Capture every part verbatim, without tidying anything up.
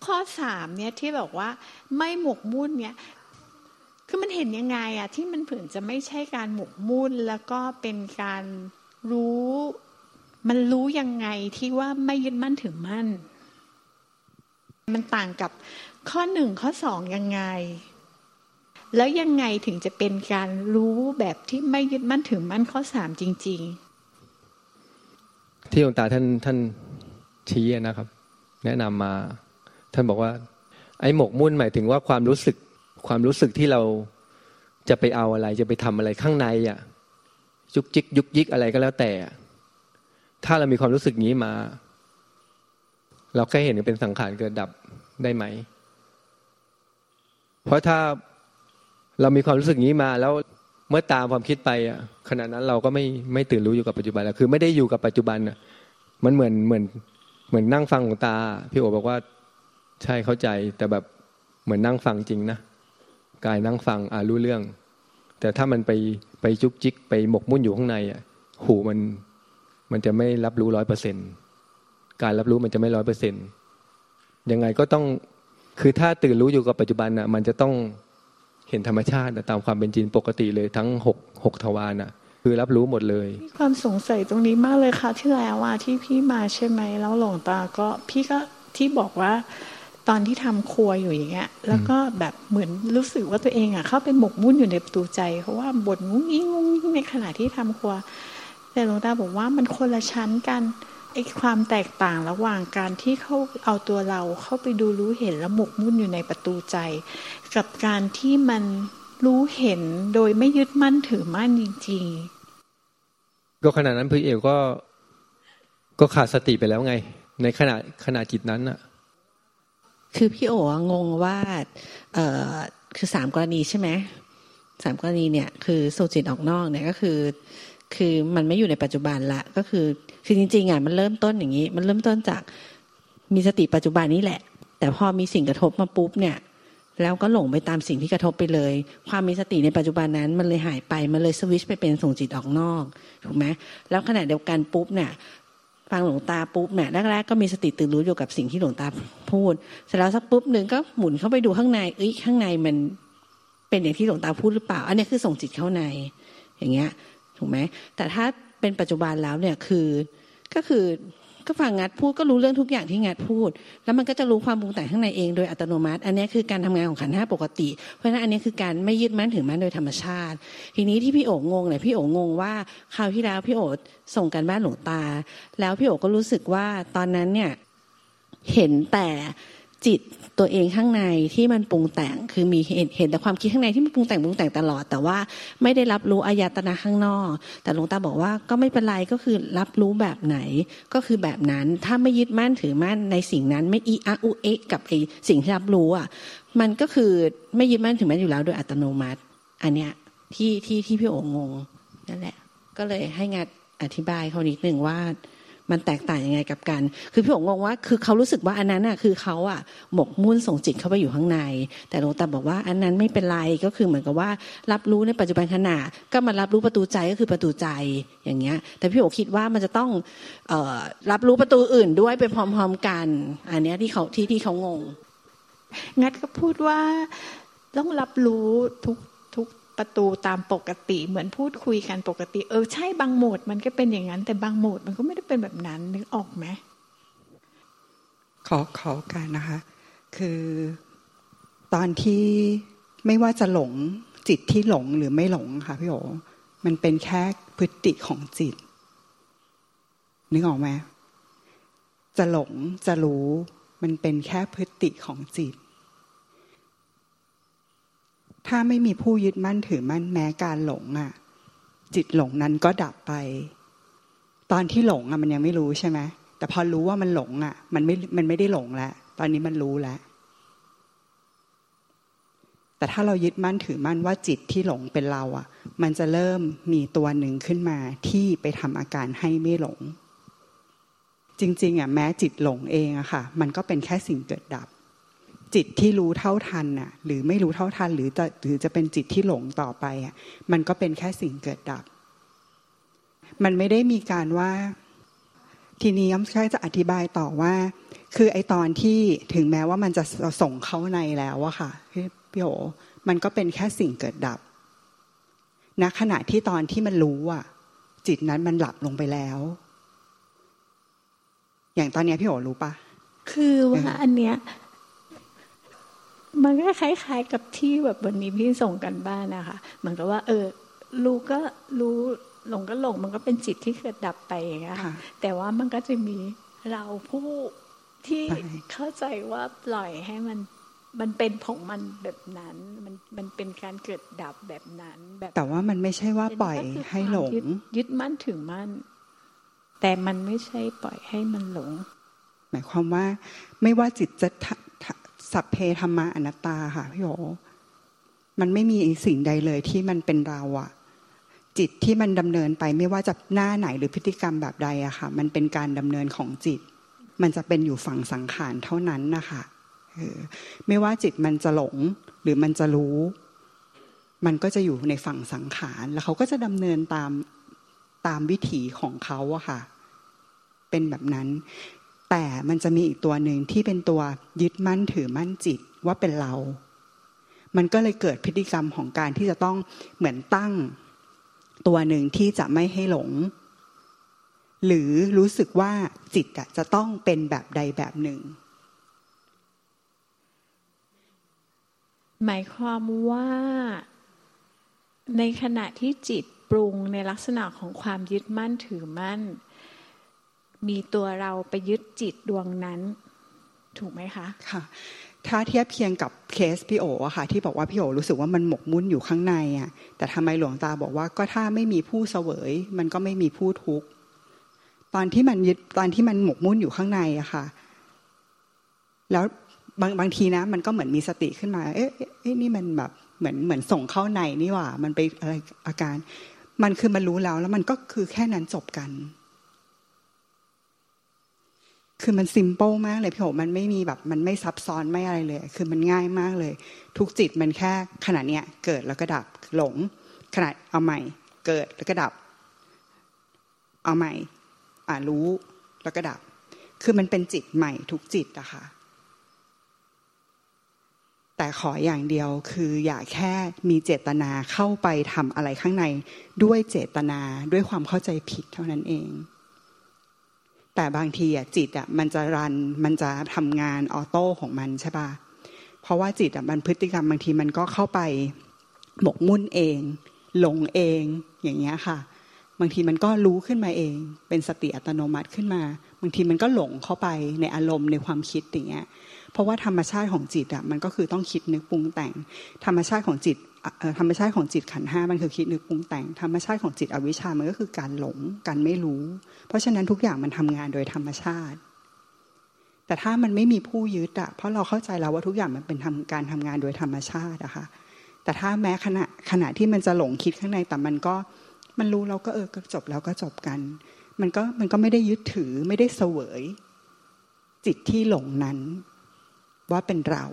ข้อสามเนี่ยที่บอกว่าไม่หมกมุ่นเนี่ยคือมันเห็นยังไงอะที่มันถึงจะไม่ใช่การหมกมุ่นแล้วก็เป็นการรู้มันรู้ยังไงที่ว่าไม่ยึดมั่นถือมั่นมันต่างกับข้อหนึ่งข้อสองยังไงแล้วยังไงถึงจะเป็นการรู้แบบที่ไม่ยึดมั่นถือมั่นข้อสามจริงๆที่หลวงตาท่านท่านชี้นะครับแนะนำมาท่านบอกว่าไอ้หมกมุ่นหมายถึงว่าความรู้สึกความรู้สึกที่เราจะไปเอาอะไรจะไปทำอะไรข้างในอ่ะยุกจิกยุกยิกอะไรก็แล้วแต่ถ้าเรามีความรู้สึกนี้มาเราแค่เห็นเป็นสังขารเกิดดับได้ไหมเพราะถ้าเรามีความรู้สึกนี้มาแล้วเมื่อตามความคิดไปอ่ะขณะนั้นเราก็ไม่ไม่ตื่นรู้อยู่กับปัจจุบันแล้วคือไม่ได้อยู่กับปัจจุบันอ่ะมันเหมือนเหมือนเหมือนนั่งฟังหลวงตาพี่โอบอกว่าใช่เข้าใจแต่แบบเหมือนนั่งฟังจริงนะกายนั่งฟังอ่ารู้เรื่องแต่ถ้ามันไปไปจุกจิกไปหมกมุ่นอยู่ข้างในอ่ะหูมันมันจะไม่รับรู้ ร้อยเปอร์เซ็นต์ การรับรู้มันจะไม่ ร้อยเปอร์เซ็นต์ ยังไงก็ต้องคือถ้าตื่นรู้อยู่กับปัจจุบันน่ะมันจะต้องเห็นธรรมชาติตามความเป็นจริงปกติเลยทั้งหก หกทวารน่ะคือรับรู้หมดเลยมีความสงสัยตรงนี้มากเลยค่ะที่แล้วว่าที่พี่มาใช่ไหมแล้วหลวงตาก็พี่ก็ที่บอกว่าตอนที่ทำครัวอยู่อย่างเงี้ยแล้วก็แบบเหมือนรู้สึกว่าตัวเองอ่ะเข้าไปหมกมุ่นอยู่ในประตูใจเพราะว่าบ่นงุ้งงิ้งงุ้งงิ้งในขณะที่ทำครัวแต่หลวงตาบอกว่ามันคนละชั้นกันไอ้ความแตกต่างระหว่างการที่เขาเอาตัวเราเข้าไปดูรู้เห็นแล้วหมกมุ่นอยู่ในประตูใจกับการที่มันรู้เห็นโดยไม่ยึดมั่นถือมั่นจริงๆก็ขณะนั้นพี่เอวก็ก็ขาดสติไปแล้วไงในขณะขณะจิตนั้นน่ะคือพี่โอ๋งงว่าเอ่อคือสามกรณีใช่ไหมสามกรณีเนี่ยคือส่งจิตออกนอกเนี่ยก็คือคือมันไม่อยู่ในปัจจุบันละก็คือคือจริงๆอ่ะมันเริ่มต้นอย่างนี้มันเริ่มต้นจากมีสติปัจจุบันนี่แหละแต่พอมีสิ่งกระทบมาปุ๊บเนี่ยแล้วก็หลงไปตามสิ่งที่กระทบไปเลยความมีสติในปัจจุบันนั้นมันเลยหายไปมันเลยสวิตช์ไปเป็นส่งจิตออกนอกถูกไหมแล้วขณะเดียวกันปุ๊บเนี่ยฟังหลวงตาปุ๊บเนี่ยแรกๆก็มีสติตื่นรู้อยู่กับสิ่งที่หลวงตาพูดเสร็จแล้วสักปุ๊บนึงก็หมุนเข้าไปดูข้างในเอ้ยข้างในมันเป็นอย่างที่หลวงตาพูดหรือเปล่าอันนี้คือส่งจิตเข้าในอย่างเงี้ยถูกไหมแต่ถ้าเป็นปัจจุบันแล้วเนี่ยคือก็คือก็ฟังงัดพูดก็รู้เรื่องทุกอย่างที่งัดพูดแล้วมันก็จะรู้ความปรุงแต่งข้างในเองโดยอัตโนมัติอันนี้คือการทำงานของขันธ์ห้าปกติเพราะฉะนั้นอันนี้คือการไม่ยึดมั่นถือมั่นโดยธรรมชาติทีนี้ที่พี่โอ๋งงเนี่ยพี่โอ๋งงว่าคราวที่แล้วพี่โอ๋ส่งกันบ้านหลวงตาแล้วพี่โอ๋ก็รู้สึกว่าตอนนั้นเนี่ยเห็นแต่จิตตัวเองข้างในที่มันปรุงแต่งคือมีเห็นเห็นแต่ความคิดข้างในที่มันปรุงแต่งปรุงแต่งตลอดแต่ว่าไม่ได้รับรู้อายตนะข้างนอกแต่หลวงตาบอกว่าก็ไม่เป็นไรก็คือรับรู้แบบไหนก็คือแบบนั้นถ้าไม่ยึดมั่นถือมั่นในสิ่งนั้นไม่อีอะอุเอะกับไอสิ่งที่รับรู้อ่ะมันก็คือไม่ยึดมั่นถือมั่นอยู่แล้วโดยอัตโนมัติอันเนี้ยที่ที่ที่พี่โอ๋งงนั่นแหละก็เลยให้งัดอธิบายเขานิดนึงว่ามันแตกต่างยังไงกับกันคือพี่โอ๋งงว่าคือเขารู้สึกว่าอันนั้นน่ะคือเขาอ่ะหมกมุ่นส่งจิตเข้าไปอยู่ข้างในแต่หลวงตาบอกว่าอันนั้นไม่เป็นไรก็คือเหมือนกับว่ารับรู้ในปัจจุบันขณะก็มารับรู้ประตูใจก็คือประตูใจอย่างเงี้ยแต่พี่โอ๋คิดว่ามันจะต้องเอ่อรับรู้ประตูอื่นด้วยไปพร้อมๆกันอันเนี้ยที่เขาที่ที่เขางงงัดก็พูดว่าต้องรับรู้ทุกทุกประตูตามปกติเหมือนพูดคุยกันปกติเออใช่บางโหมดมันก็เป็นอย่างนั้นแต่บางโหมดมันก็ไม่ได้เป็นแบบนั้นนึกออกไหมขอขอกันนะคะคือตอนที่ไม่ว่าจะหลงจิตที่หลงหรือไม่หลงค่ะพี่โอมันเป็นแค่พฤติของจิตนึกออกไหมจะหลงจะรู้มันเป็นแค่พฤติของจิตถ้าไม่มีผู้ยึดมั่นถือมั่นแม้การหลงอ่ะจิตหลงนั้นก็ดับไปตอนที่หลงอ่ะมันยังไม่รู้ใช่ไหมแต่พอรู้ว่ามันหลงอ่ะมันไม่มันไม่ได้หลงแล้วตอนนี้มันรู้แล้วแต่ถ้าเรายึดมั่นถือมั่นว่าจิตที่หลงเป็นเราอ่ะมันจะเริ่มมีตัวหนึ่งขึ้นมาที่ไปทำอาการให้ไม่หลงจริงๆอ่ะแม้จิตหลงเองอะค่ะมันก็เป็นแค่สิ่งเกิดดับจิตที่รู้เท่าทันน่ะหรือไม่รู้เท่าทันหรือจะหรือจะเป็นจิตที่หลงต่อไปอ่ะมันก็เป็นแค่สิ่งเกิดดับมันไม่ได้มีการว่าทีนี้ย้ำแค่จะอธิบายต่อว่าคือไอตอนที่ถึงแม้ว่ามันจะส่งเข้าในแล้วอะค่ะพี่พี่โอมันก็เป็นแค่สิ่งเกิดดับณขณะที่ตอนที่มันรู้อะจิตนั้นมันหลับลงไปแล้วอย่างตอนนี้พี่โอรู้ปะคือว่าอันเนี้ยมันก็คล้ายๆกับที่แบบวันนี้พี่ส่งกันบ้านนะคะเหมือนกับว่าเออรู้ก็รู้หลงก็หลงมันก็เป็นจิตที่เกิดดับไปอย่างเงี้ยค่ะแต่ว่ามันก็จะมีเราผู้ที่เข้าใจว่าปล่อยให้มันมันเป็นของมันแบบนั้นมันมันเป็นการเกิดดับแบบนั้นแบบแต่ว่ามันไม่ใช่ว่าปล่อยให้หลงยึดมั่นถือมั่นแต่มันไม่ใช่ปล่อยให้มันหลงหมายความว่าไม่ว่าจิตจะสัพเพธัมมะอนัตตาค่ะพี่โอมันไม่มีสิ่งใดเลยที่มันเป็นเราอะจิตที่มันดำเนินไปไม่ว่าจะหน้าไหนหรือพฤติกรรมแบบใดอะค่ะมันเป็นการดำเนินของจิตมันจะเป็นอยู่ฝั่งสังขารเท่านั้นนะคะเออไม่ว่าจิตมันจะหลงหรือมันจะรู้มันก็จะอยู่ในฝั่งสังขารแล้วเขาก็จะดำเนินตามตามวิถีของเขาอะค่ะเป็นแบบนั้นแต่มันจะมีอีกตัวหนึ่งที่เป็นตัวยึดมั่นถือมั่นจิตว่าเป็นเรามันก็เลยเกิดพฤติกรรมของการที่จะต้องเหมือนตั้งตัวหนึ่งที่จะไม่ให้หลงหรือรู้สึกว่าจิตจะต้องเป็นแบบใดแบบหนึ่งหมายความว่าในขณะที่จิตปรุงในลักษณะของความยึดมั่นถือมั่นมีตัวเราไปยึดจิตดวงนั้นถูกไหมคะค่ะถ้าเทียบเคียงกับเคสพี่โออะค่ะที่บอกว่าพี่โอรู้สึกว่ามันหมกมุ่นอยู่ข้างในอะแต่ทำไมหลวงตาบอกว่าก็ถ้าไม่มีผู้เสวยมันก็ไม่มีผู้ทุกข์ตอนที่มันยึดตอนที่มันหมกมุ่นอยู่ข้างในอะค่ะแล้วบางบางทีนะมันก็เหมือนมีสติขึ้นมาเอ๊ะเอ๊ะนี่มันแบบเหมือนเหมือนส่งเข้าในนี่หว่ามันไปอะไรอาการมันคือมันรู้แล้วแล้วมันก็คือแค่นั้นจบกันคือมันซิมเปิลมากเลยพี่โหมันไม่มีแบบมันไม่ซับซ้อนไม่อะไรเลยคือมันง่ายมากเลยทุกจิตมันแค่ขณะเนี้ยเกิดแล้วก็ดับหลงขณะเอาใหม่เกิดแล้วก็ดับเอาใหม่อ่ารู้แล้วก็ดับคือมันเป็นจิตใหม่ทุกจิตอะค่ะแต่ขออย่างเดียวคืออย่าแค่มีเจตนาเข้าไปทำอะไรข้างในด้วยเจตนาด้วยความเข้าใจผิดเท่านั้นเองแต่บางทีอ่ะจิตอ่ะมันจะรันมันจะทำงานออโต้ของมันใช่ป่ะเพราะว่าจิตอ่ะมันพฤติกรรมบางทีมันก็เข้าไปหมกมุ่นเองหลงเองอย่างเงี้ยค่ะบางทีมันก็รู้ขึ้นมาเองเป็นสติอัตโนมัติขึ้นมาบางทีมันก็หลงเข้าไปในอารมณ์ในความคิดอย่างเงี้ยเพราะว่าธรรมชาติของจิตอ่ะมันก็คือต้องคิดนึกปรุงแต่งธรรมชาติของจิตธรรมชาติของจิตขันธ์ห้ามันคือคิดนึกปรุงแต่งธรรมชาติของจิตอวิชชามันก็คือการหลงการไม่รู้เพราะฉะนั้นทุกอย่างมันทำงานโดยธรรมชาติแต่ถ้ามันไม่มีผู้ยึดอ่ะเพราะเราเข้าใจแล้วว่าทุกอย่างมันเป็นทำการทำงานโดยธรรมชาติอะค่ะแต่ถ้าแม้ขณะขณะที่มันจะหลงคิดข้างในแต่มันก็มันรู้เราก็เออก็จบแล้วก็จบกันมันก็มันก็ไม่ได้ยึดถือไม่ได้เสวยจิตที่หลงนั้นว่าเป็นเรา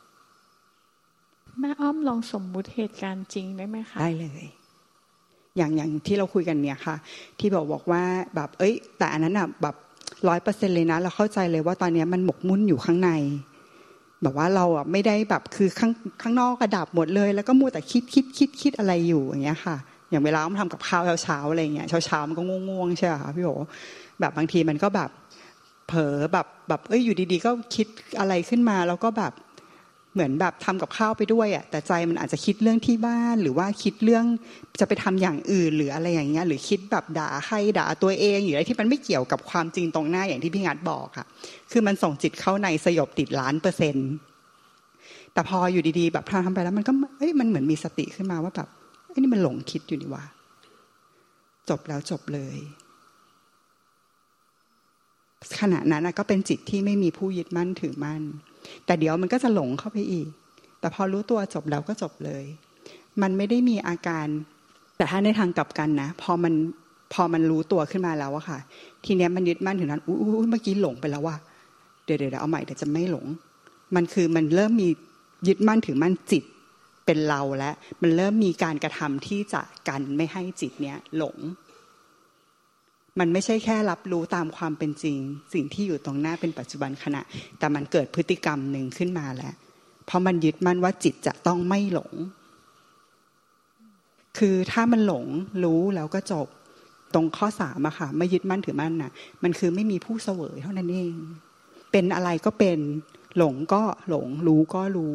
แม่อ้อมลองสมมุติเหตุการณ์จริงได้ไหมคะได้เลยอย่างอย่างที่เราคุยกันเนี่ยค่ะที่บอกบอกว่าแบบเอ้ยแต่อันนั้นอ่ะแบบร้อยเปอร์เซ็นต์เลยนะเราเข้าใจเลยว่าตอนนี้มันหมกมุ่นอยู่ข้างในแบบว่าเราอ่ะไม่ได้แบบคือข้างข้างนอกกระดับหมดเลยแล้วก็มัวแต่คิดคิดคิดคิดอะไรอยู่อย่างเงี้ยค่ะอย่างเวลาเราทำกับข้าวเช้าๆอะไรเงี้ยเช้าๆมันก็ง่วงๆใช่ไหมคะพี่โอแบบบางทีมันก็แบบเผลอแบบแบบเอ้ยอยู่ดีๆก็คิดอะไรขึ้นมาแล้วก็แบบเหมือนแบบทำกับข้าวไปด้วยอ่ะแต่ใจมันอาจจะคิดเรื่องที่บ้านหรือว่าคิดเรื่องจะไปทำอย่างอื่นหรืออะไรอย่างเงี้ยหรือคิดแบบด่าใครด่าตัวเองหรืออะไรที่มันไม่เกี่ยวกับความจริงตรงหน้าอย่างที่พี่งัดบอกค่ะคือมันส่งจิตเข้าในสยบติดล้านเปอร์เซ็นต์แต่พออยู่ดีๆแบบทำไปแล้วมันก็เอ้ยมันเหมือนมีสติขึ้นมาว่าแบบไอ้นี่มันหลงคิดอยู่นี่ว่าจบแล้วจบเลยขณะนั้นก็เป็นจิตที่ไม่มีผู้ยึดมั่นถือมั่นแต่เดี๋ยวมันก็จะหลงเข้าไปอีกแต่พอรู้ตัวจบแล้วก็จบเลยมันไม่ได้มีอาการแต่ถ้าในทางกลับกันนะพอมันพอมันรู้ตัวขึ้นมาแล้วอะค่ะทีเนี้ยมันยึดมั่นถึงนั้นอุ้ยเมื่อกี้หลงไปแล้วว่ะเดี๋ยวเดี๋ยวเอาใหม่เดี๋ยวจะไม่หลงมันคือมันเริ่มมียึดมั่นถือมั่นจิตเป็นเราแล้วมันเริ่มมีการกระทำที่จะกันไม่ให้จิตเนี้ยหลงมันไม่ใช่แค่รับรู้ตามความเป็นจริงสิ่งที่อยู่ตรงหน้าเป็นปัจจุบันขณะแต่มันเกิดพฤติกรรมหนึ่งขึ้นมาแล้วเพราะมันยึดมั่นว่าจิตจะต้องไม่หลงคือถ้ามันหลงรู้แล้วก็จบตรงข้อสามอะค่ะไม่ยึดมั่นถือมั่นน่ะมันคือไม่มีผู้เสวยเท่านั้นเองเป็นอะไรก็เป็นหลงก็หลงรู้ก็รู้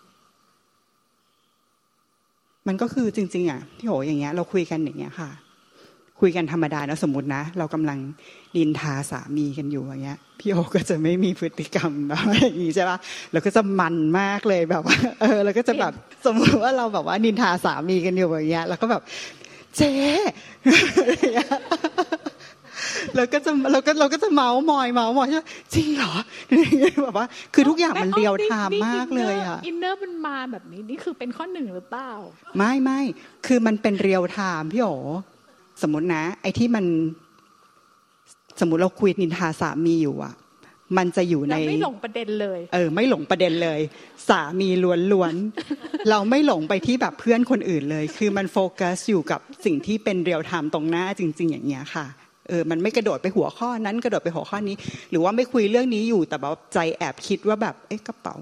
มันก็คือจริงๆอะพี่โหอย่างเงี้ยเราคุยกันอย่างเงี้ยค่ะคุยกันธรรมดาแล้วสมมตินะเรากำลังดินทาสามีกันอยู่อย่างเงี้ยพี่โอก็จะไม่มีพฤติกรรมแบบอย่างนี้ใช่ป่ะเราก็จะมันมากเลยแบบว่าเออเราก็จะแบบสมมติว่าเราแบบว่าดินทาสามีกันอยู่อย่างเงี้ยแล้วก็แบบเจ๊เราก็จะเราก็เราก็จะเมาส์มอยเมาส์มอยใช่จริงเหรอแบบว่าคือทุกอย่างมันเรียวไทม์มากเลยอ่ะอินเนอร์มันมาแบบนี้นี่คือเป็นข้อหนึ่งหรือเปล่าไม่ไม่คือมันเป็นเรียวไทม์พี่โอสมมตินะไอ้ที่มันสมมติเราคุยนินทาสามีอยู่อ่ะมันจะอยู่ในเราไม่หลงประเด็นเลยเออไม่หลงประเด็นเลยสามีล้วนๆ เราไม่หลงไปที่แบบเพื่อนคนอื่นเลยคือมันโฟกัสอยู่กับสิ่งที่เป็นเรียลไทม์ตรงหน้าจริงๆอย่างเงี้ยค่ะเออมันไม่กระโดดไปหัวข้อนั้นกระโดดไปหัวข้อนี้หรือว่าไม่คุยเรื่องนี้อยู่แต่แบบใจแอบคิดว่าแบบเอ๊ะกระเป๋า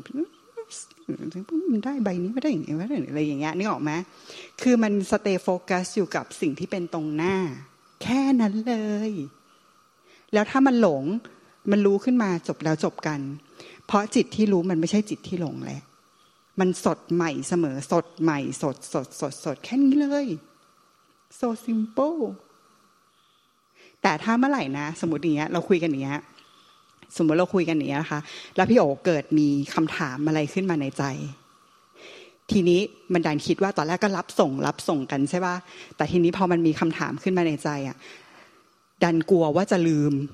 มันได้ใบนี้ไม่ได้อย่างเงี้ยอะไรอย่างเงี้ยนึกออกไหมคือมันสเตย์โฟกัสอยู่กับสิ่งที่เป็นตรงหน้าแค่นั้นเลยแล้วถ้ามันหลงมันรู้ขึ้นมาจบแล้วจบกันเพราะจิตที่รู้มันไม่ใช่จิตที่หลงแล้วมันสดใหม่เสมอสดใหม่สดสดสดสดแค่นี้เลย so simple แต่ถ้าเมื่อไหร่นะสมมติอย่างเงี้ยเราคุยกันอย่างเงี้ยสมมติเราคุยกันอย่างเงี้ยนะคะแล้วพี่โอเกิดมีคำถามอะไรขึ้นมาในใจทีนี้มันดันคิดว่าตอนแรกก็รับส่งรับส่งกันใช่ป่ะแต่ทีนี้พอมันมีคำถามขึ้นมาในใจอ่ะดันกลัวว่าจะลืม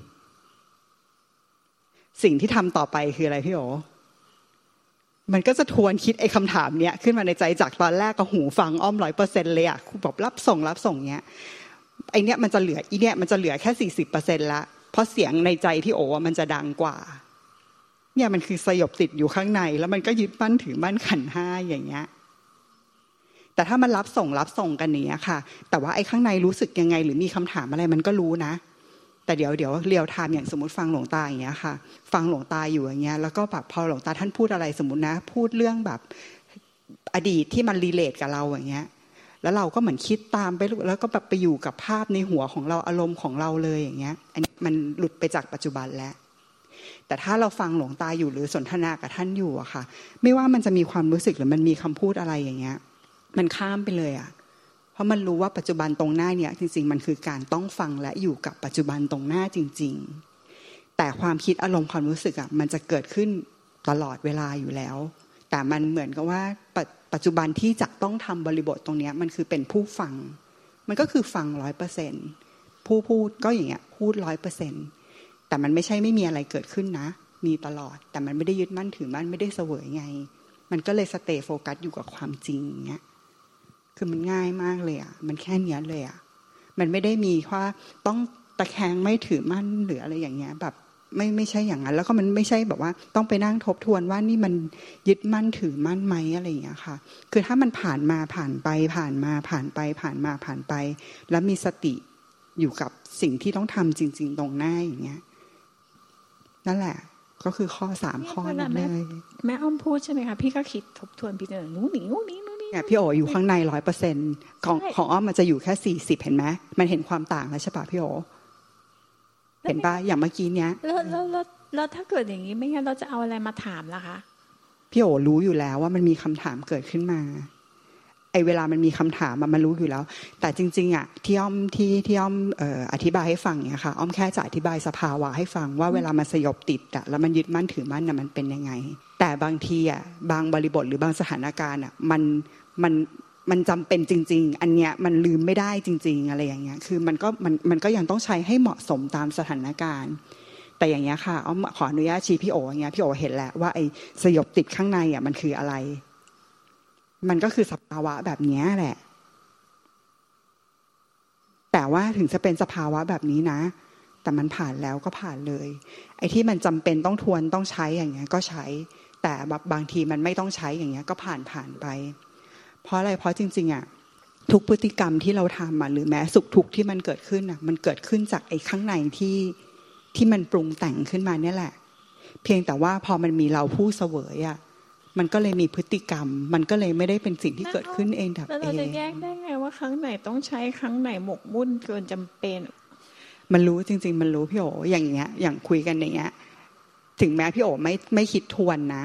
สิ่งที่ทำต่อไปคืออะไรพี่โอมันก็จะทวนคิดไอ้คำถามเนี้ยขึ้นมาในใจจากตอนแรกก็หูฟังอ้อมร้อยเปอร์เซ็นต์เลยอ่ะคุณบอกรับส่งรับส่งเนี้ยไอเนี้ยมันจะเหลืออีเนี้ยมันจะเหลือแค่สี่สิบเปอร์เซ็นต์ละเพราะเสียงในใจพี่โอมันจะดังกว่าเนี่ยมันคือสยบติดอยู่ข้างในแล้วมันก็ยึดมั่นถือมั่นขันธ์ห้าอย่างเงี้ยแต่ถ้ามันรับส่งรับส่งกันอย่างเนี้ยค่ะแต่ว่าไอ้ข้างในรู้สึกยังไงหรือมีคำถามอะไรมันก็รู้นะแต่เดี๋ยวเดี๋ยวเรียวไทม์อย่างสมมติฟังหลวงตาอย่างเงี้ยค่ะฟังหลวงตาอยู่อย่างเงี้ยแล้วก็แบบพอหลวงตาท่านพูดอะไรสมมตินะพูดเรื่องแบบอดีตที่มันรีเลทกับเราอย่างเงี้ยแล้วเราก็เหมือนคิดตามไปแล้วก็แบบไปอยู่กับภาพในหัวของเราอารมณ์ของเราเลยอย่างเงี้ยอันนี้มันหลุดไปจากปัจจุบันแล้วแต่ถ้าเราฟังหลวงตาอยู่หรือสนทนากับท่านอยู่อะค่ะไม่ว่ามันจะมีความรู้สึกหรือมันมีคำพูดอะไรอย่างเงี้ยมันข้ามไปเลยอะเพราะมันรู้ว่าปัจจุบันตรงหน้าเนี่ยจริงๆมันคือการต้องฟังและอยู่กับปัจจุบันตรงหน้าจริงๆแต่ความคิดอารมณ์ความรู้สึกอะมันจะเกิดขึ้นตลอดเวลาอยู่แล้วแต่มันเหมือนกับว่าปัจจุบันที่จะต้องทำบริบทตรงนี้มันคือเป็นผู้ฟังมันก็คือฟังร้อยเปอร์เซ็นต์ผู้พูดก็อย่างเงี้ยพูดร้อยเปอร์เซ็นต์แต่มันไม่ใช่ไม่มีอะไรเกิดขึ้นนะมีตลอดแต่มันไม่ได้ยึดมั่นถือมั่นไม่ได้เสวยไงมันก็เลยสเตย์โฟกัสอยู่กับความจริงเงี้ยคือมันง่ายมากเลยอ่ะมันแค่เนี้ยเลยอ่ะมันไม่ได้มีว่าต้องตะแคงไม่ถือมั่นหรืออะไรอย่างเงี้ยแบบไม่ไม่ใช่อย่างนั้นแล้วก็มันไม่ใช่แบบว่าต้องไปนั่งทบทวนว่านี่มันยึดมั่นถือมั่นไหมอะไรอย่างเงี้ยค่ะคือถ้ามันผ่านมาผ่านไปผ่านมาผ่านไปผ่านมาผ่านไปแล้วมีสติอยู่กับสิ่งที่ต้องทำจริงๆตรงหน้าอย่างเงี้ยนั่นแหละก็คือข้อสามข้อนั้นเลยแม่อ้อมพูดใช่ไหมคะพี่ก็คิดทบทวนพี่เจอนู้นนี่นู้นนี่นู้นนี่เนี่ยพี่โออยู่ข้างในร้อยเปอร์เซ็นต์ของของอ้อมมันจะอยู่แค่สี่สิบเห็นไหมมันเห็นความต่างแล้วใช่ปะพี่โอเห็นปะอย่างเมื่อกี้เนี้ยแล้วแล้วแล้วแล้วถ้าเกิดอย่างนี้ไม่งั้นเราจะเอาอะไรมาถามล่ะคะพี่โอรู้อยู่แล้วว่ามันมีคำถามเกิดขึ้นมาไอ้เวลามันมีคำถามมันรู้อยู่แล้วแต่จริงๆอ่ะที่อ้อมที่ที่อ้อมเอ่ออธิบายให้ฟังเนี่ยค่ะอ้อมแค่จะอธิบายสภาวะให้ฟังว่าเวลามันสยบติดอ่ะแล้วมันยึดมั่นถือมั่นน่ะมันเป็นยังไงแต่บางทีอ่ะบางบริบทหรือบางสถานการณ์อ่ะมันมันมันจำเป็นจริงๆอันเนี้ยมันลืมไม่ได้จริงๆอะไรอย่างเงี้ยคือมันก็มันมันก็ยังต้องใช้ให้เหมาะสมตามสถานการณ์แต่อย่างเงี้ยค่ะอ้อมขออนุญาตชี้พี่โออย่างเงี้ยพี่โอเห็นแล้วว่าไอ้สยบติดข้างในอ่ะมันคืออะไรมันก็คือสภาวะแบบนี้แหละแต่ว่าถึงจะเป็นสภาวะแบบนี้นะแต่มันผ่านแล้วก็ผ่านเลยไอ้ที่มันจำเป็นต้องทวนต้องใช้อย่างเงี้ยก็ใช้แต่บางทีมันไม่ต้องใช้อย่างเงี้ยก็ผ่านผ่านไปเพราะอะไรเพราะจริงๆอ่ะทุกพฤติกรรมที่เราทำอ่ะหรือแม้สุขทุกข์ที่มันเกิดขึ้นอ่ะมันเกิดขึ้นจากไอ้ข้างในที่ที่มันปรุงแต่งขึ้นมาเนี่ยแหละเพียงแต่ว่าพอมันมีเราผู้เสวยอ่ะมันก็เลยมีพฤติกรรมมันก็เลยไม่ได้เป็นสิ่งที่เกิดขึ้นเองดับเองแล้วเราจะแยกได้ไงว่าครั้งไหนต้องใช้ครั้งไหนหมกมุ่นเกินจำเป็นมันรู้จริงๆมันรู้พี่โออย่างเงี้ยอย่างคุยกันอย่างเงี้ยถึงแม้พี่โอไม่ไม่คิดทวนนะ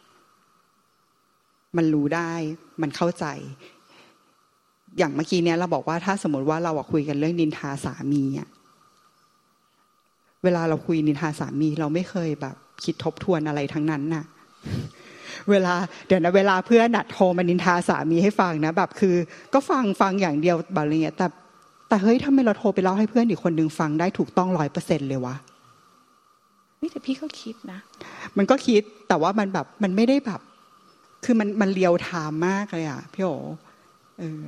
มันรู้ได้มันเข้าใจอย่างเมื่อกี้เนี้ยเราบอกว่าถ้าสมมติว่าเราคุยกันเรื่องนินทาสามีอ่ะเวลาเราคุยนินทาสามีเราไม่เคยแบบคิดทบทวนอะไรทั้งนั้นน่ะเวลาเดี๋ยวนะเวลาเพื่อนนัดโทรมานินทาสามีให้ฟังนะแบบคือก็ฟังฟังอย่างเดียวแบบอะไรเงี้ยแต่แต่เฮ้ยทำไมเราโทรไปเล่าให้เพื่อนอีกคนนึงฟังได้ถูกต้องร้อยเปอร์เซ็นต์เลยวะนี่แต่พี่ก็คิดนะมันก็คิดแต่ว่ามันแบบมันไม่ได้แบบคือมันมันเรียวไทม์มากเลยอ่ะพี่โอเออ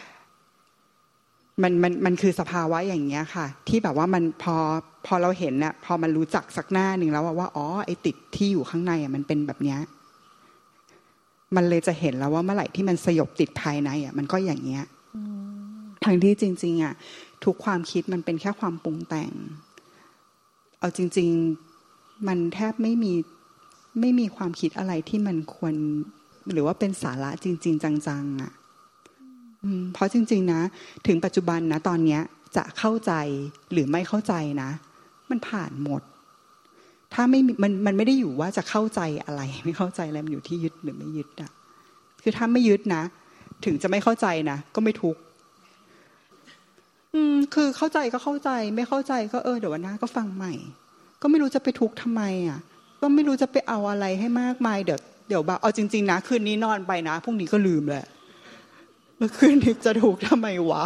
มันมันมันคือสภาวะอย่างเงี้ยค่ะที่แบบว่ามันพอพอเราเห็นน่ะพอมันรู้จักสักหน้านึงแล้วว่าอ๋อไอ้ติดที่อยู่ข้างในอ่ะมันเป็นแบบเนี้ยมันเลยจะเห็นแล้วว่าเมื่อไหร่ที่มันสยบติดภายในอ่ะมันก็อย่างเงี้ยทั้งที่จริงๆอ่ะทุกความคิดมันเป็นแค่ความปรุงแต่งเอาจริงๆมันแทบไม่มีไม่มีความคิดอะไรที่มันควรหรือว่าเป็นสาระจริงๆจังๆอ่ะเพราะจริงๆนะถึงปัจจุบันนะตอนเนี้ยจะเข้าใจหรือไม่เข้าใจนะมันผ่านหมดถ้าไม่มันมันไม่ได้อยู่ว่าจะเข้าใจอะไรไม่เข้าใจอะไรมันอยู่ที่ยึดหรือไม่ยึดอ่ะคือถ้าไม่ยึดนะถึงจะไม่เข้าใจนะก็ไม่ทุกข์อืมคือเข้าใจก็เข้าใจไม่เข้าใจก็เออเดี๋ยววันหน้าก็ฟังใหม่ก็ไม่รู้จะไปทุกข์ทำไมอ่ะก็ไม่รู้จะไปเอาอะไรให้มากมายเดี๋ยวเดี๋ยวแบบเอาจริงๆนะคืนนี้นอนไปนะพรุ่งนี้ก็ลืมแหละเมื่อคืนนี้จะถูกทำไมวะ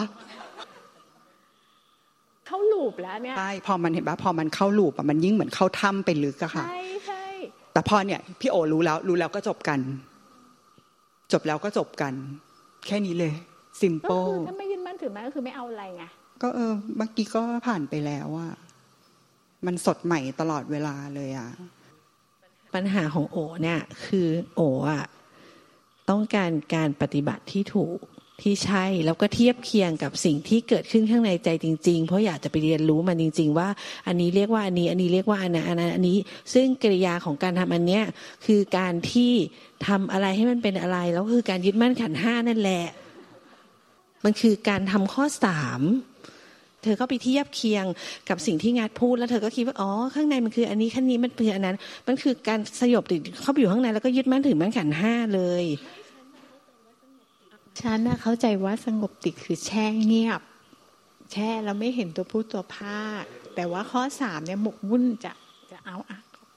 เข้าลูปแล้วเนี่ยใช่พอมันเห็นป่ะพอมันเข้าลูปอ่ะมันยิ่งเหมือนเข้าถ้ำไปลึกอะค่ะใช่ใช่แต่พอเนี่ยพี่โอรู้แล้วรู้แล้วก็จบกันจบแล้วก็จบกันแค่นี้เลยซิมเปิลก็คือถ้าไม่ยึดมั่นถือมั่นก็คือไม่เอาอะไรไงก็เออเมื่อกี้ก็ผ่านไปแล้วอะมันสดใหม่ตลอดเวลาเลยอะปัญหาของโอเนี่ยคือโออะต้องการการปฏิบัติที่ถูกที่ใช่แล้วก็เทียบเคียงกับสิ่งที่เกิดขึ้นข้างในใจจริงๆเพราะอยากจะไปเรียนรู้มันจริงๆว่าอันนี้เรียกว่าอันนี้อันนี้เรียกว่าอันนั้นอันนั้นอันนี้ซึ่งกริยาของการทำอันเนี้ยคือการที่ทำอะไรให้มันเป็นอะไรแล้วคือการยึดมั่นขันธ์ห้านั่นแหละมันคือการทำข้อสามเธอก็ไปเทียบเคียงกับสิ่งที่งัดพูดแล้วเธอก็คิดว่าอ๋อข้างในมันคืออันนี้ข้างนี้มันคืออันนั้นมันคือการสยบติดเข้าไปอยู่ข้างในแล้วก็ยึดมั่นถือมั่นขันธ์ห้าเลยฉันน่ะเข้าใจว่าสงบติดคือแช่เงียบแช่แล้วไม่เห็นตัวผู้ตัวภาคแต่ว่าข้อสามเนี่ยหมกมุ่นจะจะเอาอ่ะ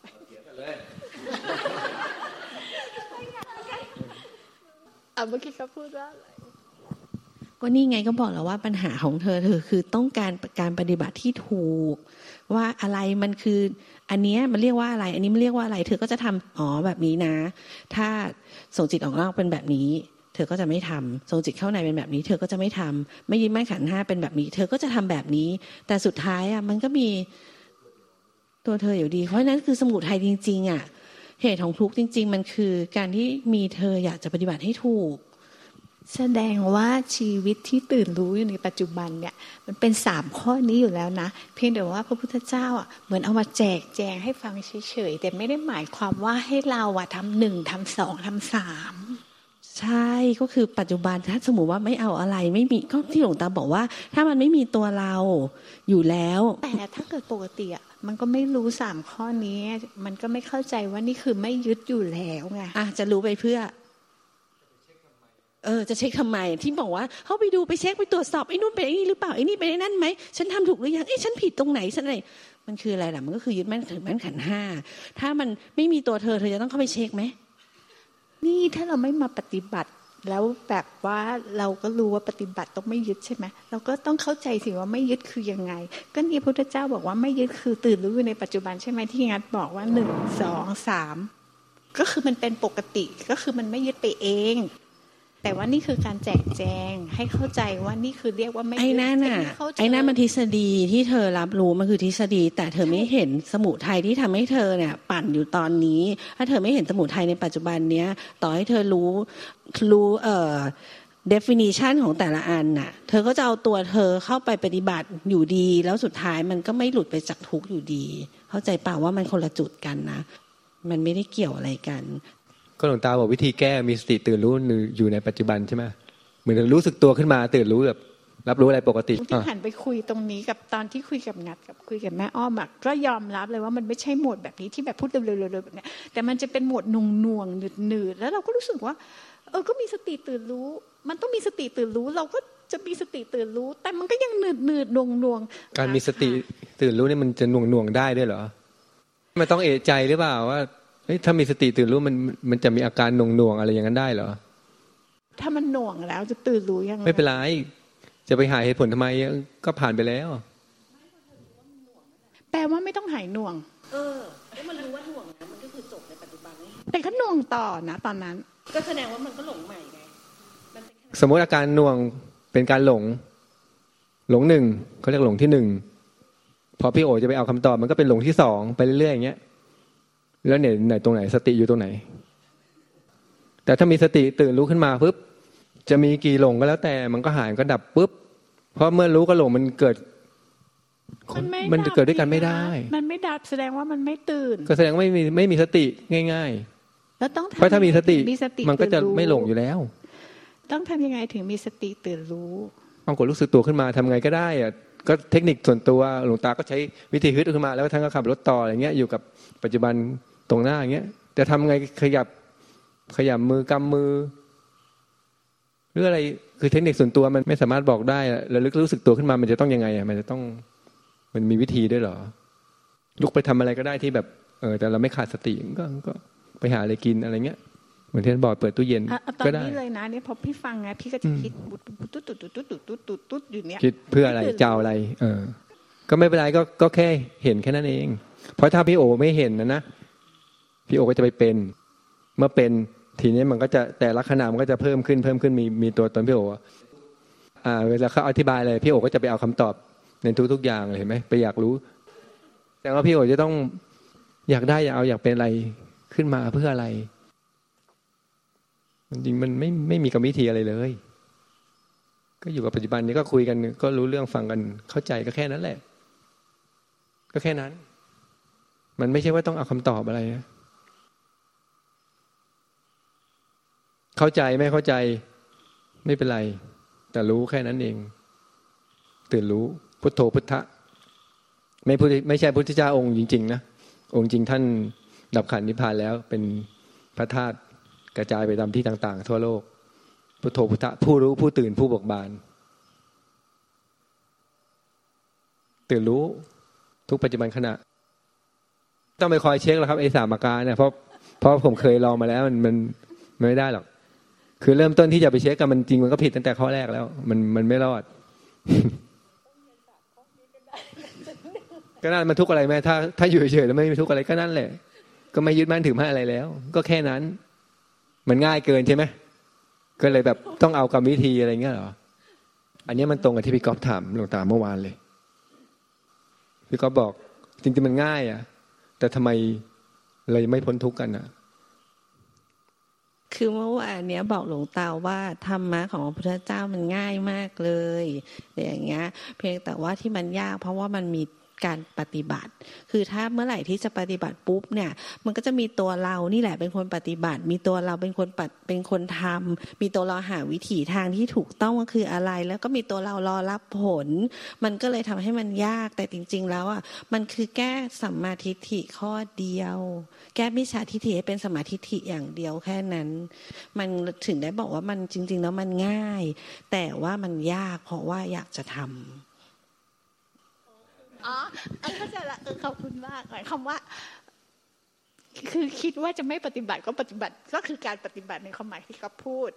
อ่ะเมื่อกี้เขาพูดว่าอะไรก็นี่ไงก็บอกแล้วว่าปัญหาของเธอเธอคือต้องการการปฏิบัติที่ถูกว่าอะไรมันคืออันนี้มันเรียกว่าอะไรอันนี้มันเรียกว่าอะไรเธอก็จะทำอ๋อแบบนี้นะถ้าส่งจิตออกนอกเป็นแบบนี้เธอก็จะไม่ทำส่งจิตเข้าในเป็นแบบนี้เธอก็จะไม่ทำไม่ยึดมั่นขันธ์ห้าเป็นแบบนี้เธอก็จะทำแบบนี้แต่สุดท้ายอ่ะมันก็มีตัวเธออยู่ดีเพราะฉะนั้นคือสมุทัยจริงๆอ่ะเหตุของทุกข์จริงๆมันคือการที่มีเธออยากจะปฏิบัติให้ถูกแสดงว่าชีวิตที่ตื่นรู้อยู่ในปัจจุบันเนี่ยมันเป็นสามข้อนี้อยู่แล้วนะเพียงแต่ว่าพระพุทธเจ้าอ่ะเหมือนเอามาแจกแจงให้ฟังเฉยๆแต่ไม่ได้หมายความว่าให้เราอ่ะทำหนึ่งทำสองทำสามใช่ก็คือปัจจุบันถ้าสมมติว่าไม่เอาอะไรไม่มีก็ที่หลวงตาบอกว่าถ้ามันไม่มีตัวเราอยู่แล้วแต่ถ้าเกิดปกติอ่ะมันก็ไม่รู้สามข้อนี้มันก็ไม่เข้าใจว่านี่คือไม่ยึดอยู่แล้วไงอ่ะจะรู้ไปเพื่อเออจะเช็คทำไมที่บอกว่าเขาไปดูไปเช็คไปตรวจสอบไอ้นู่นเป็นไอ้นี่หรือเปล่าไอ้นี่เป็นไอ้นั่นไหมฉันทำถูกหรือยังไอ้ฉันผิดตรงไหนฉันอะไรมันคืออะไรล่ะมันก็คือยึดมั่นถือมั่นขันธ์ห้าถ้ามันไม่มีตัวเธอเธอจะต้องเข้าไปเช็คไหมนี่ถ้าเราไม่มาปฏิบัติแล้วแบบว่าเราก็รู้ว่าปฏิบัติต้องไม่ยึดใช่ไหมเราก็ต้องเข้าใจสิว่าไม่ยึดคือยังไงก็นี่พระพุทธเจ้าบอกว่าไม่ยึดคือตื่นรู้อยู่ในปัจจุบันใช่ไหมที่งัดบอกว่าหนึ่งสองสามก็คือมันเป็นปกติก็คือมันไม่ยึดไปเองแต่ว่านี่คือการแจกแจงให้เข้าใจว่านี่คือเรียกว่าไม่ยึดไอ้นั่นน่ะไอ้นั่นมันทฤษฎีที่เธอรับรู้มันคือทฤษฎีแต่เธอไม่เห็นสมุทัยที่ทำให้เธอเนี่ยปั่นอยู่ตอนนี้ถ้าเธอไม่เห็นสมุทัยในปัจจุบันเนี้ยต่อให้เธอรู้รู้เอ่อ definition ของแต่ละอันน่ะเธอก็จะเอาตัวเธอเข้าไปปฏิบัติอยู่ดีแล้วสุดท้ายมันก็ไม่หลุดไปจากทุกข์อยู่ดีเข้าใจเปล่าว่ามันคนละจุดกันนะมันไม่ได้เกี่ยวอะไรกันก็หลวงตาบอกวิธีแก้มีสติตื่นรู้อยู่ในปัจจุบันใช่ไหมเหมือนรู้สึกตัวขึ้นมาตื่นรู้แบบรับรู้อะไรปกติที่หันไปคุยตรงนี้กับตอนที่คุยกับนัดกับคุยกับแม่อ้อมอ่ะก็ยอมรับเลยว่ามันไม่ใช่โหมดแบบนี้ที่แบบพูดเร็วๆๆแบบนี้แต่มันจะเป็นโหมดหน่วงๆหนืดๆแล้วเราก็รู้สึกว่าเออก็มีสติตื่นรู้มันต้องมีสติตื่นรู้เราก็จะมีสติตื่นรู้แต่มันก็ยังหนืดๆหน่วงๆการมีสติตื่นรู้นี่มันจะหน่วงๆได้ด้วยเหรอมันต้องเอะใจหรือเปล่าว่าเฮ้ยถ้ามีสติตื่นรู้มันมันจะมีอาการหน่วงๆอะไรอย่างนั้นได้เหรอถ้ามันหน่วงแล้วจะตื่นรู้ยังไงไม่เป็นไรจะไปหาเหตุผลทำไมก็ผ่านไปแล้วแปลว่าไม่ต้องหายหน่วงเออแล้วมันรู้ว่าหน่วงนะมันก็คือจบในปัจจุบันแต่ก็หน่วงต่อนะตอนนั้นก็แสดงว่ามันก็หลงใหม่ไงสมมติอาการหน่วงเป็นการหลงหลงหนึ่งเขาเรียกหลงที่หนึ่งพอพี่โอจะไปเอาคำตอบมันก็เป็นหลงที่สองไปเรื่อยๆอย่างเงี้ยแล้วไหนไหนตรงไหนสติอยู่ตรงไหนแต่ถ้ามีสติตื่นรู้ขึ้นมาปุ๊บจะมีกี่หลงก็แล้วแต่มันก็หายก็ดับปุ๊บเพราะเมื่อรู้ก็หลงมันเกิดมันเกิดด้วยกันไม่ได้มันไม่ดับแสดงว่ามันไม่ตื่นก็แสดงว่าไม่มีไม่มีสติง่ายๆแล้วต้องเพราะถ้ามีสติมันก็จะไม่หลงอยู่แล้วต้องทำยังไงถึงมีสติตื่นรู้ต้องกดรู้สึกตัวขึ้นมาทำไงก็ได้อะก็เทคนิคส่วนตัวหลวงตาก็ใช้วิธีฮึดขึ้นมาแล้วท่านก็ขับรถต่ออะไรเงี้ยอยู่กับปัจจุบันตรงหน้าอย่างเงี้ยแต่ทำไงขยับขยับมือกำมือหรืออะไรคือเทคนิคส่วนตัวมันไม่สามารถบอกได้แล้วลึกรู้สึกตัวขึ้นมามันจะต้องยังไงอ่ะมันจะต้องมันมีวิธีด้วยเหรอลุกไปทำอะไรก็ได้ที่แบบเออแต่เราไม่ขาดสติก็ก็ไปหาอะไรกินอะไรเงี้ยเหมือนที่ท่านบอกเปิดตู้เย็นก็ได้ตอนนี้เลยนะเนี่ยพอพี่ฟังไงพี่ก็จะคิดตุ๊ดตุ๊ดตุ๊ดตุ๊ดตุ๊ดตุ๊ดตุ๊ดอยู่เนี้ยคิดเพื่ออะไรจะเอาอะไรเออก็ไม่เป็นไรก็ก็แค่เห็นแค่นั้นเองเพราะถ้าพี่โอไม่เห็นนะนะพี่โอก็จะไปเป็นเมื่อเป็นทีนี้มันก็จะแต่ละขนาดมันก็จะเพิ่มขึ้นเพิ่มขึ้นมีมีตัวตนพี่โออ่าเวลาเขาอธิบายอะไรพี่โอก็จะไปเอาคำตอบในทุกๆอย่างเลยเห็นไหมไปอยากรู้แต่ว่าพี่โอจะต้องอยากได้อยากเอาอยากเป็นอะไรขึ้นมาเพื่ออะไรจริงมันไม่ไม่มีกรรมวิธีอะไรเลยก็อยู่กับปัจจุบันนี้ก็คุยกันก็รู้เรื่องฟังกันเข้าใจก็แค่นั้นแหละก็แค่นั้นมันไม่ใช่ว่าต้องเอาคำตอบอะไรนะเข้าใจไม่เข้าใจไม่เป็นไรแต่รู้แค่นั้นเองตื่นรู้พุทโธพุทธะไม่พุทธไม่ใช่พุทธเจ้าองค์จริงๆนะองค์จริงท่านดับขันธ์นิพพานแล้วเป็นพระธาตุกระจายไปตามที่ต่างๆทั่วโลกพุทโธพุทธะผู้รู้ผู้ตื่นผู้เบิกบานตื่นรู้ทุกปัจจุบันขณะต้องไปคอยเช็คแล้วครับไอ้สามอาการเนี่ยเพราะเพราะผมเคยลองมาแล้วมันมันไม่ได้หรอกคือเริ่มต้นที่จะไปเช็คกันมันจริงมันก็ผิดตั้งแต่ข้อแรกแล้วมันมันไม่รอดก็นั่นมันทุกข์อะไรไหมถ้าถ้าอยู่เฉยๆแล้วไม่มีทุกข์อะไรก็นั่นแหละก็ไม่ยึดมั่นถือมั่นอะไรแล้วก็แค่นั้นมันง่ายเกินใช่ไหมก็เลยแบบต้องเอากรรมวิธีอะไรเงี้ยเหรออันนี้มันตรงกับที่พี่ก๊อฟถามหลวงตาเมื่อวานเลยพี่ก๊อฟบอกจริงๆมันง่ายอ่ะแต่ทำไมเราไม่พ้นทุกข์กันอ่ะคือเมื่อวานเนี้ยบอกหลวงตาว่าธรรมะของพระพุทธเจ้ามันง่ายมากเลยอย่างเงี้ยเพียงแต่ว่าที่มันยากเพราะว่ามันมีการปฏิบัติคือถ้าเมื่อไหร่ที่จะปฏิบัติปุ๊บเนี่ยมันก็จะมีตัวเรานี่แหละเป็นคนปฏิบัติมีตัวเราเป็นคนเป็นคนทำมีตัวเราหาวิถีทางที่ถูกต้องว่าคืออะไรแล้วก็มีตัวเรารอรับผลมันก็เลยทำให้มันยากแต่จริงๆแล้วอ่ะมันคือแก้สัมมาทิฏฐิข้อเดียวแก้มิจฉาทิฏฐิให้เป็นสัมมาทิฏฐิอย่างเดียวแค่นั้นมันถึงได้บอกว่ามันจริงๆแล้วมันง่ายแต่ว่ามันยากเพราะว่าอยากจะทำอ๋อเข้าใจละเออขอบคุณมากหมายความว่าคือคิดว่าจะไม่ปฏิบัติก็ปฏิบัติก็คือการปฏิบัติในความหมายที่เขาพูด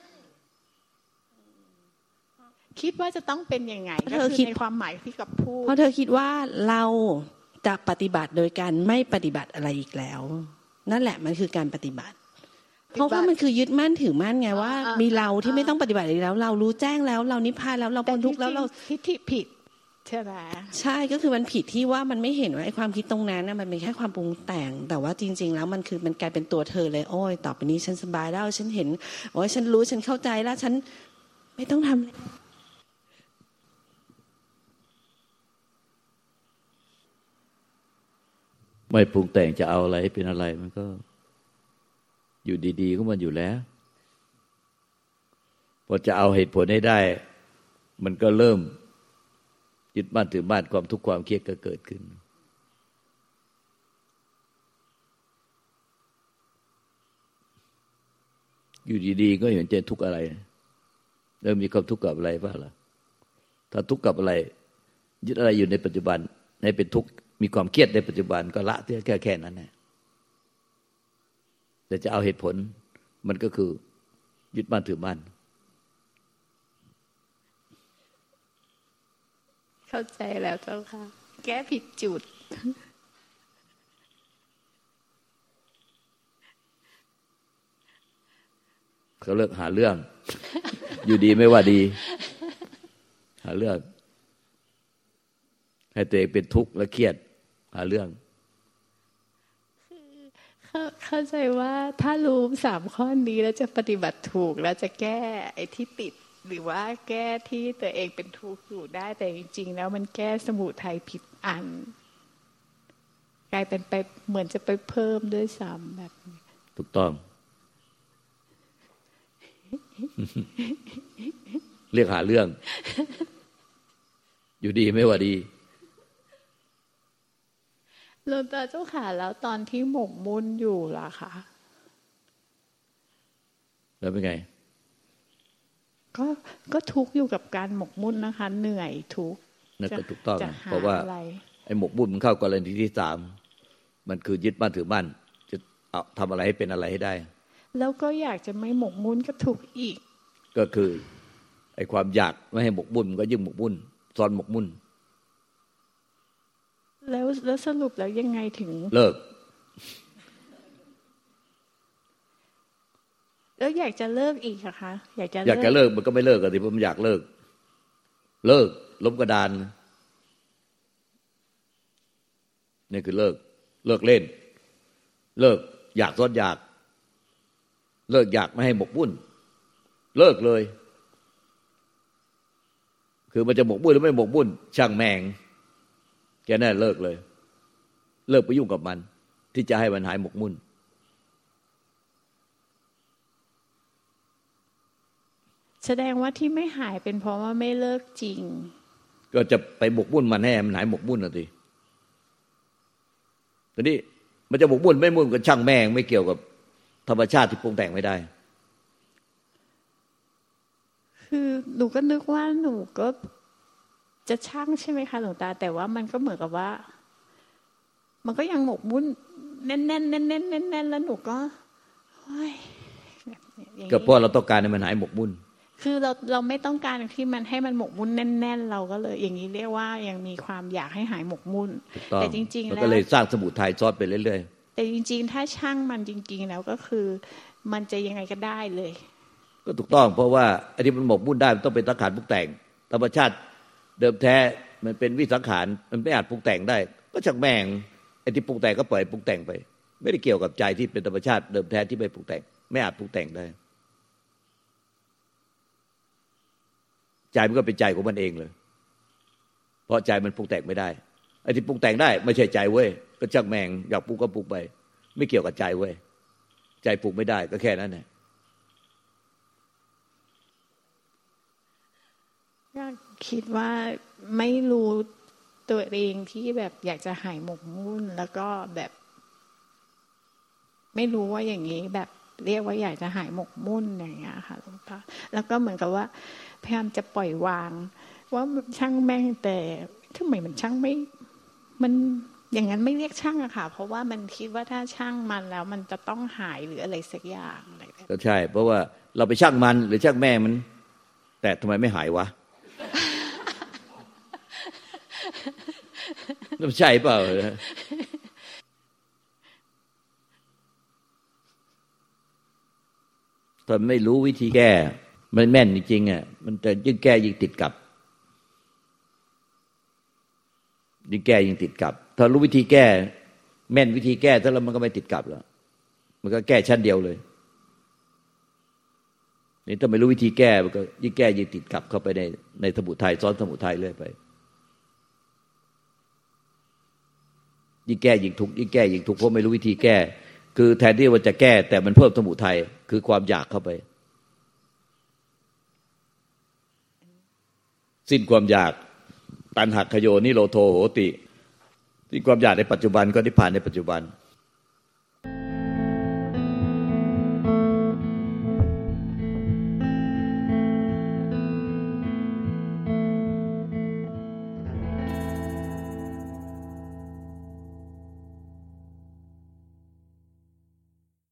คิดว่าจะต้องเป็นยังไงก็คือในความหมายที่เขาพูดเพราะเธอคิดว่าเราจะปฏิบัติโดยการไม่ปฏิบัติอะไรอีกแล้วนั่นแหละมันคือการปฏิบัติเพราะว่ามันคือยึดมั่นถือมั่นไงว่ามีเราที่ไม่ต้องปฏิบัติอะไรแล้วเรารู้แจ้งแล้วเรานิพพานแล้วเราพ้นทุกข์แล้วเราทิฏฐิผิดใช่ไหมใช่ก็คือมันผิดที่ว่ามันไม่เห็นว่าไอ้ความคิดตรงนั้นน่ะมันเป็นแค่ความปรุงแต่งแต่ว่าจริงๆแล้วมันคือมันกลายเป็นตัวเธอเลยโอ้ยต่อไปนี้ฉันสบายแล้วฉันเห็นโอ้ยฉันรู้ฉันเข้าใจแล้วฉันไม่ต้องทำเลยไม่ปรุงแต่งจะเอาอะไรเป็นอะไรมันก็อยู่ดีๆก็มันอยู่แล้วพอจะเอาเหตุผลให้ได้มันก็เริ่มยึดมั่นถือมั่นความทุกข์ความเครียดก็เกิดขึ้นอยู่ดีๆก็เห็นใจทุกข์อะไรเริ่มมีความทุกข์กับอะไรบ้างล่ะถ้าทุกข์กับอะไรยึดอะไรอยู่ในปัจจุบันให้เป็นทุกข์มีความเครียดในปัจจุบันก็ละเพียงแค่แค่นั้นแหละแต่จะเอาเหตุผลมันก็คือยึดมั่นถือมั่นเข้าใจแล้วเจ้าค่ะแก้ผิดจุดเขาเลิกหาเรื่อง อยู่ดีไม่ว่าดีหาเรื่องให้ตัวเองเป็นทุกข์และเครียดหาเรื่องคือเข้าใจว่าถ้ารู้สามข้อนี้แล้วจะปฏิบัติถูกแล้วจะแก้ไอ้ที่ติดหรือว่าแก้ที่ตัวเองเป็นทุกข์อยู่ได้แต่จริงๆแล้วมันแก้สมุทัยผิดอันกลายเป็นไปเหมือนจะไปเพิ่มด้วยซ้ำแบบนี้ถูกต้อง เรียกหาเรื่อง อยู่ดีไม่ว่าดีหลวงตาเจ้าค่ะแล้วตอนที่หมกมุ่นอยู่ล่ะคะแล้วเป็นไงก็ก็ทุกข์อยู่กับการหมกมุ่นนะคะเหนื่อยทุกข์นั่นก็ถูกต้องเพราะว่าไอ้หมกมุ่นมันเข้ากรณีที่สามมันคือยึดมั่นถือมั่นจะเอาทำอะไรให้เป็นอะไรให้ได้แล้วก็อยากจะไม่หมกมุ่นก็ทุกข์อีกก็คือไอ้ความอยากไม่ให้หมกมุ่นมันก็ยิ่งหมกมุ่นซ้อนหมกมุ่นแล้วแล้วสรุปแล้วยังไงถึงเลิกแล้วอยากจะเลิกอีกอะคะอยากจะอยากจะเลิกมันก็ไม่เลิกกันสิเพราะมันอยากเลิกเลิกล้มกระดานนี่คือเลิกเลิกเล่นเลิกอยากซ้อนอยากเลิกอยากไม่ให้หมกมุ่นเลิกเลยคือมันจะหมกมุ่นหรือไม่หมกมุ่นช่างแมงแกแน่เลิกเลยเลิกไปยุ่งกับมันที่จะให้มันหายหมกมุ่นแสดงว่าที่ไม่หายเป็นเพราะว่าไม่เลิกจริงก็จะไปหมกมุ่นมันให้มันหายหมกมุ่นน่ะสิทีนี้มันจะหมกมุ่นไม่มุ่นก็ช่างแมงไม่เกี่ยวกับธรรมชาติที่ปรุงแต่งไม่ได้คือหนูก็นึกว่าหนูก็จะช่างใช่ไหมคะหลวงตาแต่ว่ามันก็เหมือนกับว่ามันก็ยังหมกมุ่นแน่นๆแน่นๆแน่นๆแน่นๆแล้วหนูก็ก็เพราะเราต้องการให้มันหายหมกมุ่นคือเราเราไม่ต้องการที่มันให้มันหมกมุ่นแน่นๆเราก็เลยอย่างนี้เรียกว่ายังมีความอยากให้หายหมกมุ่นแต่จริงๆแล้วก็เลยสร้างสมุทัยซ้อนไปเรื่อยๆแต่จริงๆถ้าช่างมันจริงๆแล้วก็คือมันจะยังไงก็ได้เลยก็ถูกต้องเพราะว่าไอ้ที่มันหมกมุ่นได้มันต้องเป็นสังขารปรุงแต่งธรรมชาติเดิมแท้มันเป็นวิสังขารมันไม่อาจปรุงแต่งได้ก็ช่างแม่งไอ้ที่ปรุงแต่งก็ปล่อยปรุงแต่งไปไม่ได้เกี่ยวกับใจที่เป็นธรรมชาติเดิมแท้ที่ไม่ปรุงแต่งไม่อาจปรุงแต่งได้ใจมันก็เป็นใจของมันเองเลยเพราะใจมันปรุงแต่งไม่ได้ไอ้ที่ปรุงแต่งได้ไม่ใช่ใจเว้ยก็ช่างแม่งอยากปรุงก็ปรุงไปไม่เกี่ยวกับใจเว้ยใจปรุงไม่ได้ก็แค่นั้นแหละคิดว่าไม่รู้ตัวเองที่แบบอยากจะหายหมกมุ่นแล้วก็แบบไม่รู้ว่าอย่างนี้แบบเรียกว่าอยากจะหายหมกมุ่นอย่างเงี้ยค่ะหลวงตาแล้วก็เหมือนกับว่าพยายามจะปล่อยวางว่าช่างแม่งแต่ทำไมมันช่างไม่มันอย่างนั้นไม่เรียกช่างอะค่ะเพราะว่ามันคิดว่าถ้าช่างมันแล้วมันจะต้องหายหรืออะไรสักอย่างอะไรก็ใช่เพราะว่าเราไปช่างมันหรือช่างแม่มันแต่ทำไมไม่หายวะไม่ใช่เปล่าถ้าไม่รู้วิธีแก้มันแม่นจริงๆอ่ะมันจะยิ่งแก้ยิ่งติดกับยิ่งแก้ยิ่งติดกับถ้ารู้วิธีแก้แม่นวิธีแก้ถ้าแล้วมันก็ไม่ติดกับแล้วมันก็แก้ชั้นเดียวเลยนี่ถ้าไม่รู้วิธีแก้มันก็ยิ่งแก้ยิ่งติดกับเข้าไปในในสมุทัยซ้อนสมุทัยเรื่อยไปยิ่งแก้ยิ่งทุกข์ยิ่งแก้ยิ่งทุกข์เพราะไม่รู้วิธีแก้คือแทนที่ว่าจะแก้แต่มันเพิ่มสมุทัยคือความอยากเข้าไปสิ้นความอยากตัณหคโยนิโรโธโหติสิ้นความอยากในปัจจุบันก็นิพพานในปัจจุบัน